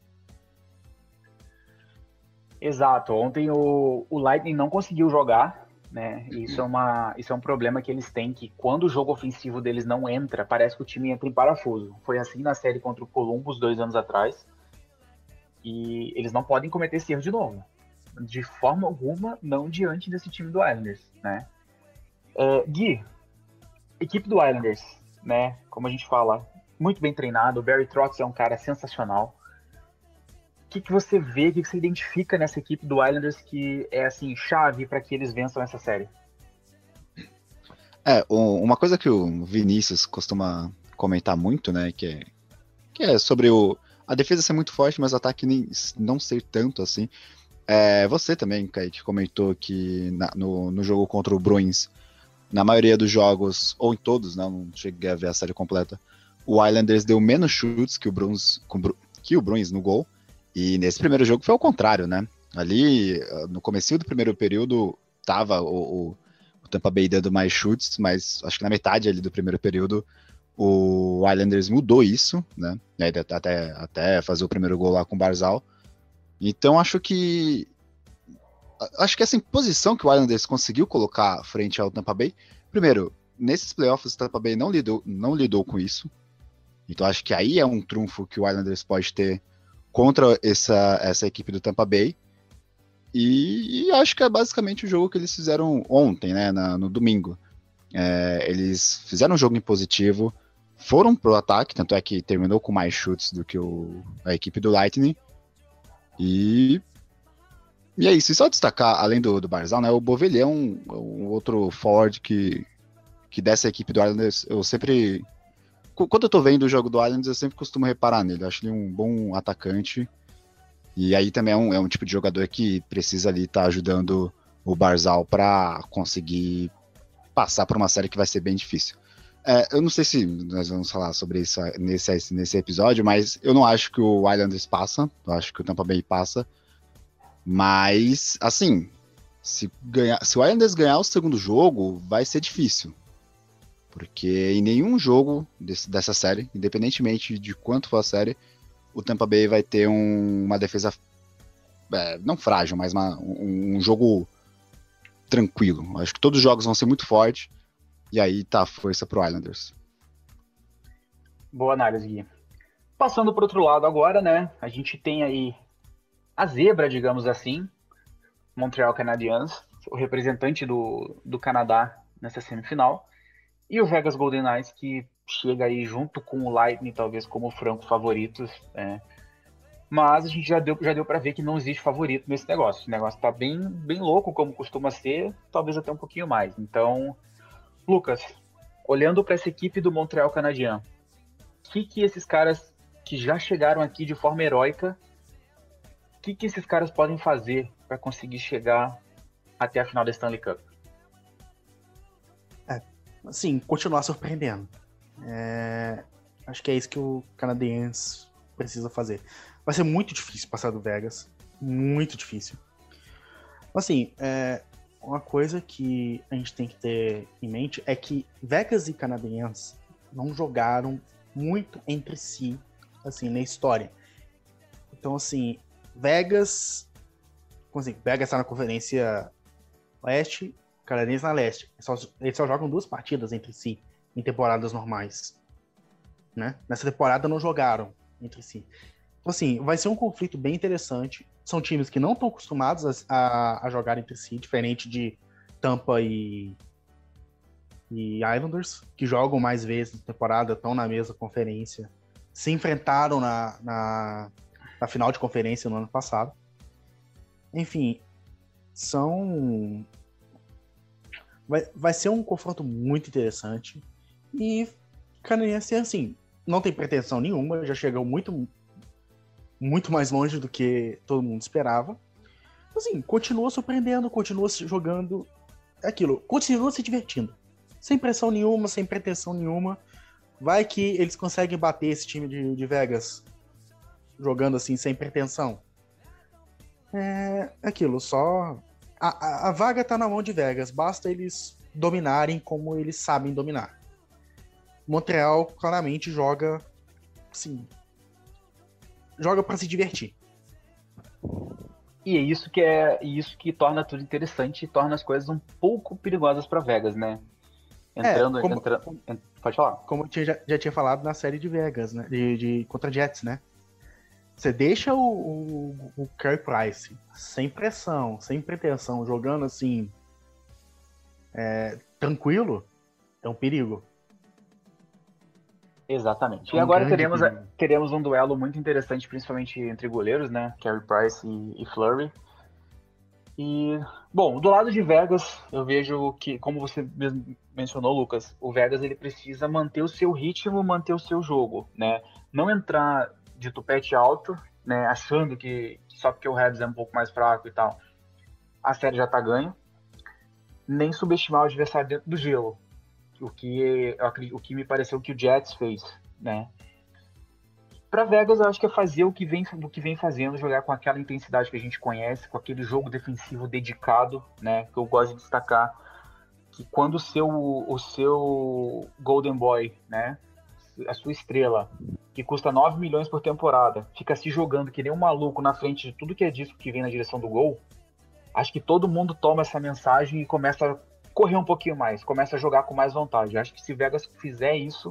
A: Exato. Ontem o, o Lightning não conseguiu jogar, né? Isso é, uma, isso é um problema que eles têm, que quando o jogo ofensivo deles não entra, parece que o time entra em parafuso. Foi assim na série contra o Columbus dois anos atrás. E eles não podem cometer esse erro de novo. De forma alguma, não diante desse time do Islanders, né? É, Gui, equipe do Islanders, né? Como a gente fala, muito bem treinado. O Barry Trotz é um cara sensacional. que, que você vê, o que, que você identifica nessa equipe do Islanders que é assim chave para que eles vençam essa série?
B: É, um- uma coisa que o Vinícius costuma comentar muito, né, que é, que é sobre o, a defesa ser muito forte, mas o ataque nem, não ser tanto assim. É, você também, Kaique, comentou que na- no, no jogo contra o Bruins, na maioria dos jogos, ou em todos, né, não cheguei a ver a série completa, o Islanders deu menos chutes que o Bruins, com Bru- que o Bruins no gol, e nesse primeiro jogo foi ao contrário, né? Ali, ah, no comecinho do primeiro período, tava o, o, o Tampa Bay dando mais chutes, mas acho que na metade ali do primeiro período, o Islanders mudou isso, né? E aí, até, até fazer o primeiro gol lá com o Barzal. Então acho que acho que essa imposição que o Islanders conseguiu colocar frente ao Tampa Bay, primeiro, nesses playoffs o Tampa Bay não lidou, não lidou com isso. Então acho que aí é um trunfo que o Islanders pode ter contra essa, essa equipe do Tampa Bay. E, e acho que é basicamente o jogo que eles fizeram ontem, né, na, no domingo. É, eles fizeram um jogo impositivo, foram pro ataque, tanto é que terminou com mais chutes do que o, a equipe do Lightning. E, e é isso. E só destacar, além do, do Barzal, né, o Beauvillier é um, um outro forward que, que dessa equipe do Islanders, eu sempre... Quando eu tô vendo o jogo do Islanders, eu sempre costumo reparar nele. Eu acho ele um bom atacante. E aí também é um, é um tipo de jogador que precisa ali estar tá ajudando o Barzal para conseguir passar por uma série que vai ser bem difícil. É, eu não sei se nós vamos falar sobre isso nesse, nesse episódio, mas eu não acho que o Islanders passa. Eu acho que o Tampa Bay passa. Mas, assim, se, ganhar, se o Islanders ganhar o segundo jogo, vai ser difícil. Porque em nenhum jogo desse, dessa série, independentemente de quanto for a série, o Tampa Bay vai ter um, uma defesa, é, não frágil, mas uma, um, um jogo tranquilo. Acho que todos os jogos vão ser muito fortes, e aí tá a força pro Islanders.
A: Boa análise, Gui. Passando para outro lado agora, né? A gente tem aí a zebra, digamos assim, Montreal Canadiens, o representante do, do Canadá nessa semifinal, e o Vegas Golden Knights, que chega aí junto com o Lightning, talvez como franco favoritos. É. Mas a gente já deu, já deu para ver que não existe favorito nesse negócio. O negócio tá bem, bem louco, como costuma ser, talvez até um pouquinho mais. Então, Lucas, olhando para essa equipe do Montreal Canadiens, o que, que esses caras que já chegaram aqui de forma heróica, o que, que esses caras podem fazer para conseguir chegar até a final da Stanley Cup?
C: É, assim, continuar surpreendendo. É, acho que é isso que o canadense precisa fazer. Vai ser muito difícil passar do Vegas. Muito difícil. Assim, é, uma coisa que a gente tem que ter em mente é que Vegas e canadenses não jogaram muito entre si, assim, na história. Então, assim, Vegas... Assim, Vegas está na Conferência Oeste, canadense na Leste. Eles só, eles só jogam duas partidas entre si em temporadas normais, né? Nessa temporada não jogaram entre si. Então, assim, vai ser um conflito bem interessante. São times que não estão acostumados a, a, a jogar entre si, diferente de Tampa e, e Islanders, que jogam mais vezes na temporada, estão na mesma conferência, se enfrentaram na, na, na final de conferência no ano passado. Enfim, são... Vai, vai ser um confronto muito interessante. E canadense, assim, não tem pretensão nenhuma, já chegou muito, muito mais longe do que todo mundo esperava. Assim, continua surpreendendo, continua jogando aquilo, continua se divertindo. Sem pressão nenhuma, sem pretensão nenhuma. Vai que eles conseguem bater esse time de, de Vegas jogando assim, sem pretensão. É aquilo, só... A, a, a vaga tá na mão de Vegas, basta eles dominarem como eles sabem dominar. Montreal claramente joga, assim, joga para se divertir.
A: E é isso que é isso que torna tudo interessante e torna as coisas um pouco perigosas para Vegas, né? Entrando,
C: é, como,
A: entrando,
C: como,
A: pode falar.
C: Como eu já, já tinha falado na série de Vegas, né? De, de contra Jets, né? Você deixa o, o, o Carey Price sem pressão, sem pretensão, jogando assim, é, tranquilo, é um perigo.
A: Exatamente. E
C: Um
A: agora
C: grande
A: teremos,
C: perigo.
A: teremos um duelo muito interessante, principalmente entre goleiros, né? Carey Price e, e Fleury. E, bom, do lado de Vegas, eu vejo que, como você mesmo mencionou, Lucas, o Vegas ele precisa manter o seu ritmo, manter o seu jogo, né? Não entrar de tupete alto, né? Achando que só porque o Reds é um pouco mais fraco e tal, a série já tá ganha. Nem subestimar o adversário dentro do gelo. O que, eu acredito- o que me pareceu que o Jets fez, né? Para Vegas, eu acho que é fazer o que, vem, o que vem fazendo, jogar com aquela intensidade que a gente conhece, com aquele jogo defensivo dedicado, né? Que eu gosto de destacar que quando o seu, o seu Golden Boy, né? A sua estrela, que custa nove milhões por temporada, fica se jogando que nem um maluco na frente de tudo que é disco que vem na direção do gol, acho que todo mundo toma essa mensagem e começa a correr um pouquinho mais, começa a jogar com mais vontade. Acho que se Vegas fizer isso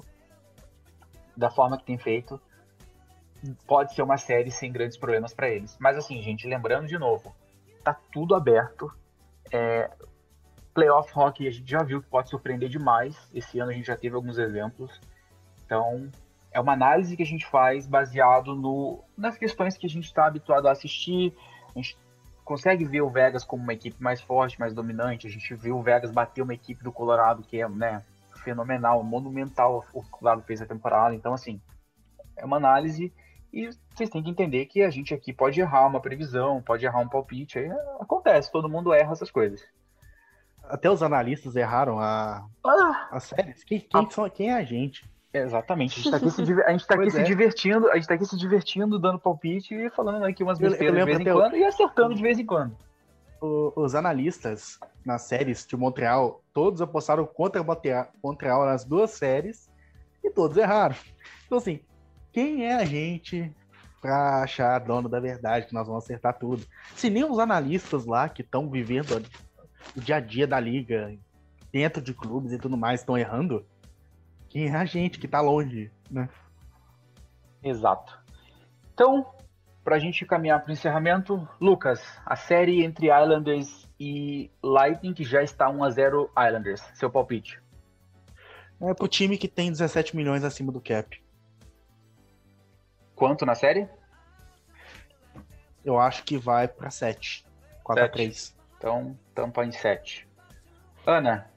A: da forma que tem feito, pode ser uma série sem grandes problemas para eles. Mas assim, gente, lembrando de novo, tá tudo aberto. É, playoff hockey a gente já viu que pode surpreender demais. Esse ano a gente já teve alguns exemplos. Então, é uma análise que a gente faz baseado no, nas questões que a gente está habituado a assistir. A gente consegue ver o Vegas como uma equipe mais forte, mais dominante. A gente viu o Vegas bater uma equipe do Colorado que é, né, fenomenal, monumental o que o Colorado fez a temporada. Então, assim, é uma análise e vocês têm que entender que a gente aqui pode errar uma previsão, pode errar um palpite. Aí acontece, todo mundo erra essas coisas.
C: Até os analistas erraram a,
A: Ah,
C: as séries. Quem, quem,
A: Ah.
C: são, quem é a gente?
A: exatamente, a gente tá aqui, se, diver- a gente tá aqui
C: Pois
A: se
C: é.
A: divertindo, a gente tá aqui se divertindo, dando palpite e falando aqui umas
C: Eu- eu
A: besteiras de
C: lembro
A: vez em
C: até o-
A: quando e acertando de vez em quando.
C: O- os analistas nas séries de Montreal, todos apostaram contra Montreal, Montreal nas duas séries e todos erraram. Então, assim, quem é a gente pra achar dono da verdade que nós vamos acertar tudo? Se nem os analistas lá que estão vivendo o dia a dia da liga, dentro de clubes e tudo mais, estão errando, quem é a gente que tá longe, né?
A: Exato. Então, pra gente caminhar pro encerramento, Lucas, a série entre Islanders e Lightning, que já está um a zero Islanders, seu palpite.
C: É pro time que tem dezessete milhões acima do cap.
A: Quanto na série?
C: Eu acho que vai pra sete. quatro a
A: Sete.
C: três.
A: Então, tampa em sete. Ana,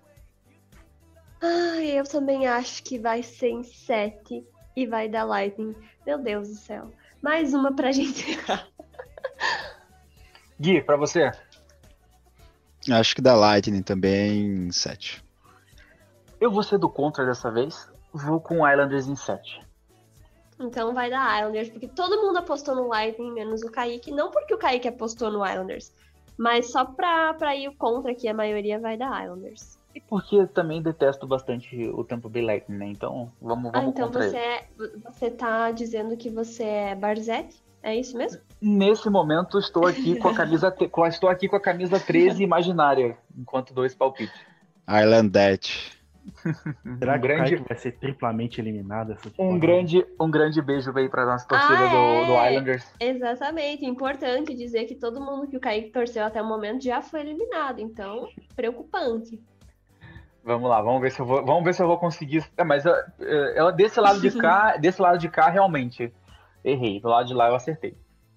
D: Ai, eu também acho que vai ser em sete e vai dar Lightning. Meu Deus do céu. Mais uma pra gente errar.
A: Gui, pra você?
B: Acho que da Lightning também sete.
A: Eu vou ser do contra dessa vez. Vou com Islanders em sete.
D: Então vai dar Islanders, porque todo mundo apostou no Lightning, menos o Kaique. Não porque o Kaique apostou no Islanders, mas só pra, pra ir contra que a maioria vai dar Islanders.
A: E porque também detesto bastante o Tampa Bay Lightning, né? Então, vamos,
D: Ah,
A: vamos
D: então
A: contra
D: você,
A: ele.
D: é, você tá dizendo que você é Barzete? É isso mesmo?
A: Nesse momento, estou aqui com a camisa, te- com- estou aqui com a camisa treze imaginária, enquanto dois palpites.
B: Islandette.
C: Será
A: um
C: que o
A: grande,
C: Kaique vai ser triplamente eliminado essa
A: um
C: temporada?
A: grande, um grande beijo aí para nossa torcida
D: Ah,
A: do,
D: é?
A: do Islanders.
D: Exatamente. Importante dizer que todo mundo que o Kaique torceu até o momento já foi eliminado. Então, preocupante.
A: Vamos lá, vamos ver se eu vou, vamos ver se eu vou conseguir. É, mas eu, eu- desse lado de cá, desse lado de cá realmente errei. Do lado de lá eu acertei.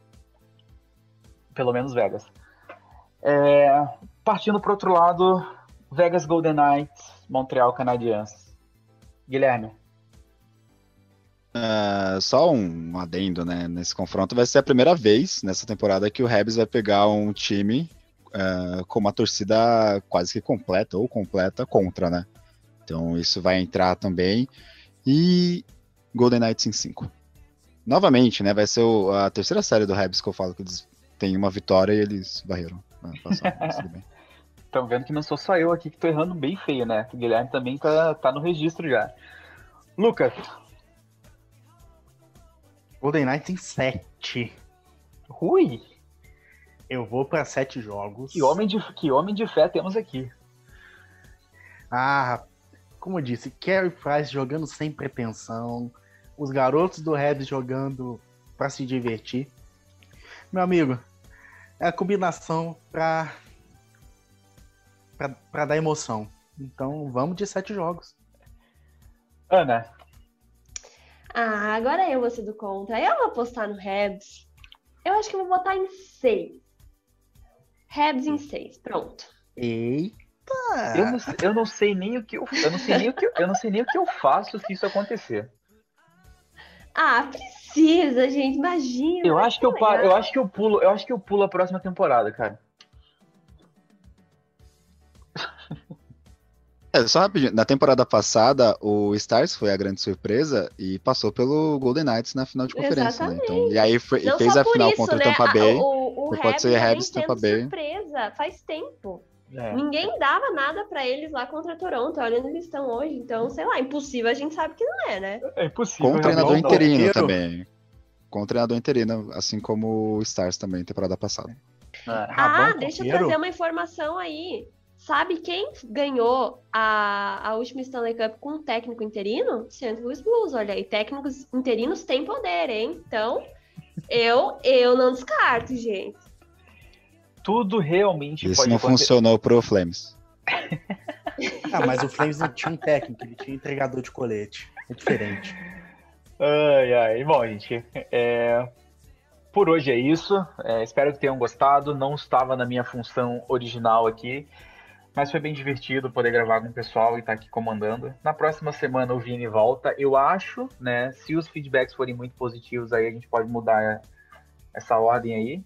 A: Pelo menos Vegas. É, partindo para outro lado, Vegas Golden Knights, Montreal Canadiens. Guilherme.
B: Uh, só um adendo, né? Nesse confronto vai ser a primeira vez nessa temporada que o Habs vai pegar um time uh, com uma torcida quase que completa ou completa contra, né? Então isso vai entrar também. E Golden Knights em cinco. Novamente, né? Vai ser o- a terceira série do Habs que eu falo que eles têm uma vitória e eles varreram. Ah, passaram, mas tudo bem.
A: Estão vendo que não sou só eu aqui que tô errando bem feio, né? O Guilherme também tá, tá no registro já. Lucas.
C: Golden Knights em sete.
A: Rui.
C: Eu vou pra sete jogos.
A: Que homem de, que homem de fé temos aqui.
C: Ah, como eu disse, Carey Price jogando sem pretensão. Os garotos do Habs jogando pra se divertir. Meu amigo, é a combinação pra, pra, pra dar emoção. Então vamos de sete jogos.
A: Ana.
D: Ah, agora eu vou ser do contra. Eu vou apostar no Habs. Eu acho que eu vou botar em seis. Habs em seis, pronto.
C: Eita!
A: Eu não, eu não sei nem o que eu, eu não sei nem o que eu, eu não sei nem o que eu faço se isso acontecer.
D: Ah, precisa, gente. Imagina.
A: Eu
D: vai
A: acho que
D: ser
A: eu paro, eu
D: legal.
A: acho que eu pulo, eu acho que eu pulo a próxima temporada, cara.
B: É, só rapidinho, na temporada passada, o Stars foi a grande surpresa e passou pelo Golden Knights na final de conferência, né? Então, e aí foi- e
D: Não
B: fez
D: só
B: a
D: por
B: final
D: isso,
B: contra o
D: né?
B: Tampa
D: A-
B: Bay.
D: o, o
B: Então pode
D: Habs
B: ser
D: já vem
B: Habs, Tampa
D: sendo
B: Bay.
D: surpresa faz tempo.
A: É.
D: Ninguém dava nada pra eles lá contra Toronto. Olha onde eles estão hoje. Então, sei lá, impossível a gente sabe que não é, né?
A: É impossível.
B: Com o treinador
A: realmente não.
B: interino
C: Coqueiro.
B: também. Com o treinador interino, assim como o Stars também, temporada passada.
A: É.
D: Ah,
C: Rabão
D: deixa eu
C: coqueiro?
D: trazer uma informação aí. Sabe quem ganhou a, a última Stanley Cup com um técnico interino? Saint Louis Blues, olha aí. Técnicos interinos têm poder, hein? Então, eu, eu não descarto, gente.
A: Tudo realmente
B: Isso
A: pode
B: não
A: acontecer.
B: funcionou pro Flames.
C: Ah, mas o Flames não tinha um técnico, ele tinha um entregador de colete. É diferente.
A: Ai, ai. Bom, gente, é, por hoje é isso. É, espero que tenham gostado. Não estava na minha função original aqui, mas foi bem divertido poder gravar com o pessoal e estar aqui comandando. Na próxima semana o Vini volta. Eu acho, né? Se os feedbacks forem muito positivos, aí a gente pode mudar essa ordem aí.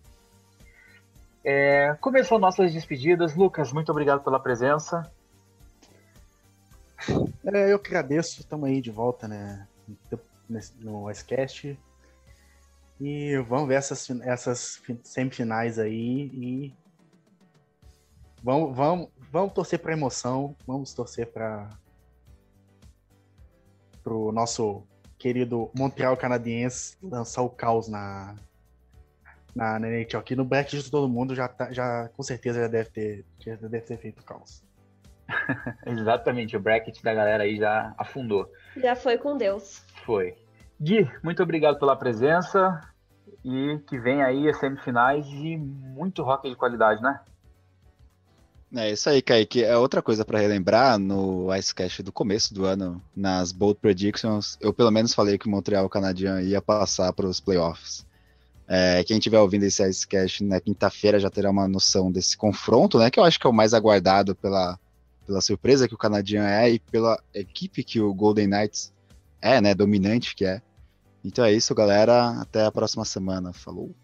A: É, começou nossas despedidas. Lucas, muito obrigado pela presença.
C: É, eu que agradeço, estamos aí de volta, né? No Icecast. E vamos ver essas, essas semifinais aí e vamos, vamos, vamos torcer para emoção, vamos torcer para o nosso querido Montreal Canadiens lançar o caos na, na, na N H L. Aqui no bracket de todo mundo já, tá, já com certeza já deve ter, já deve ter feito o caos.
A: Exatamente, o bracket da galera aí já afundou.
D: Já foi com Deus.
A: Foi. Gui, muito obrigado pela presença e que vem aí as semifinais e muito hockey de qualidade, né?
B: É isso aí, Kaique. É outra coisa para relembrar no Icecast do começo do ano, nas Bold Predictions, eu pelo menos falei que o Montreal Canadiens ia passar para os playoffs. É, quem estiver ouvindo esse Icecast na quinta-feira já terá uma noção desse confronto, né? Que eu acho que é o mais aguardado pela, pela surpresa que o Canadiens é e pela equipe que o Golden Knights é, né? Dominante que é. Então é isso, galera. Até a próxima semana. Falou.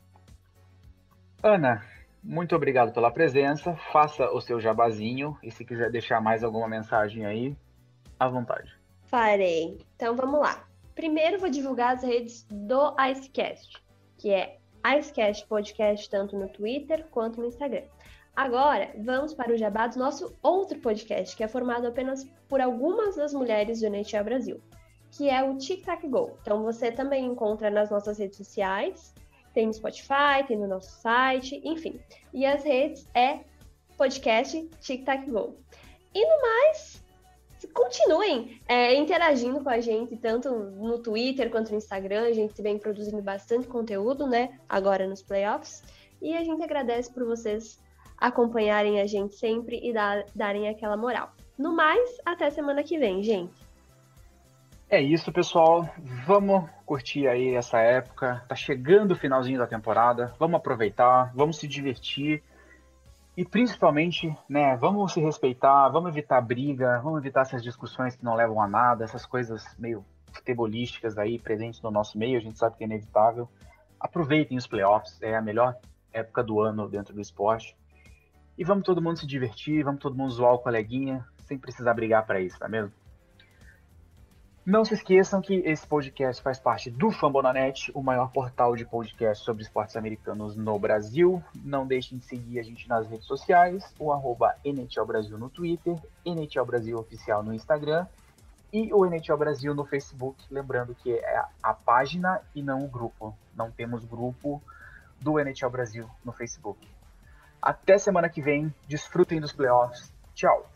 A: Ana, muito obrigado pela presença. Faça o seu jabazinho e se quiser deixar mais alguma mensagem aí, à vontade.
D: Farei. Então vamos lá. Primeiro vou divulgar as redes do Icecast, que é Icecast Podcast tanto no Twitter quanto no Instagram. Agora, vamos para o jabá do nosso outro podcast, que é formado apenas por algumas das mulheres do N H L Brasil, que é o Tic Tac Go. Então você também encontra nas nossas redes sociais, tem no Spotify, tem no nosso site, enfim. E as redes é podcast Tic Tac Go. E no mais, continuem é, interagindo com a gente, tanto no Twitter quanto no Instagram. A gente vem produzindo bastante conteúdo, né? Agora nos playoffs. E a gente agradece por vocês acompanharem a gente sempre e dar, darem aquela moral. No mais, até semana que vem, gente.
A: É isso, pessoal. Vamos curtir aí essa época. Tá chegando o finalzinho da temporada. Vamos aproveitar, vamos se divertir. E principalmente, né, vamos se respeitar, vamos evitar briga, vamos evitar essas discussões que não levam a nada, essas coisas meio futebolísticas aí presentes no nosso meio, a gente sabe que é inevitável. Aproveitem os playoffs, é a melhor época do ano dentro do esporte. E vamos todo mundo se divertir, vamos todo mundo zoar o coleguinha, sem precisar brigar para isso, tá mesmo? Não se esqueçam que esse podcast faz parte do Fambonanet, o maior portal de podcast sobre esportes americanos no Brasil. Não deixem de seguir a gente nas redes sociais, o arroba N H L Brasil no Twitter, N H L Brasil Oficial no Instagram e o N H L Brasil no Facebook. Lembrando que é a página e não o grupo. Não temos grupo do N H L Brasil no Facebook. Até semana que vem, desfrutem dos playoffs. Tchau!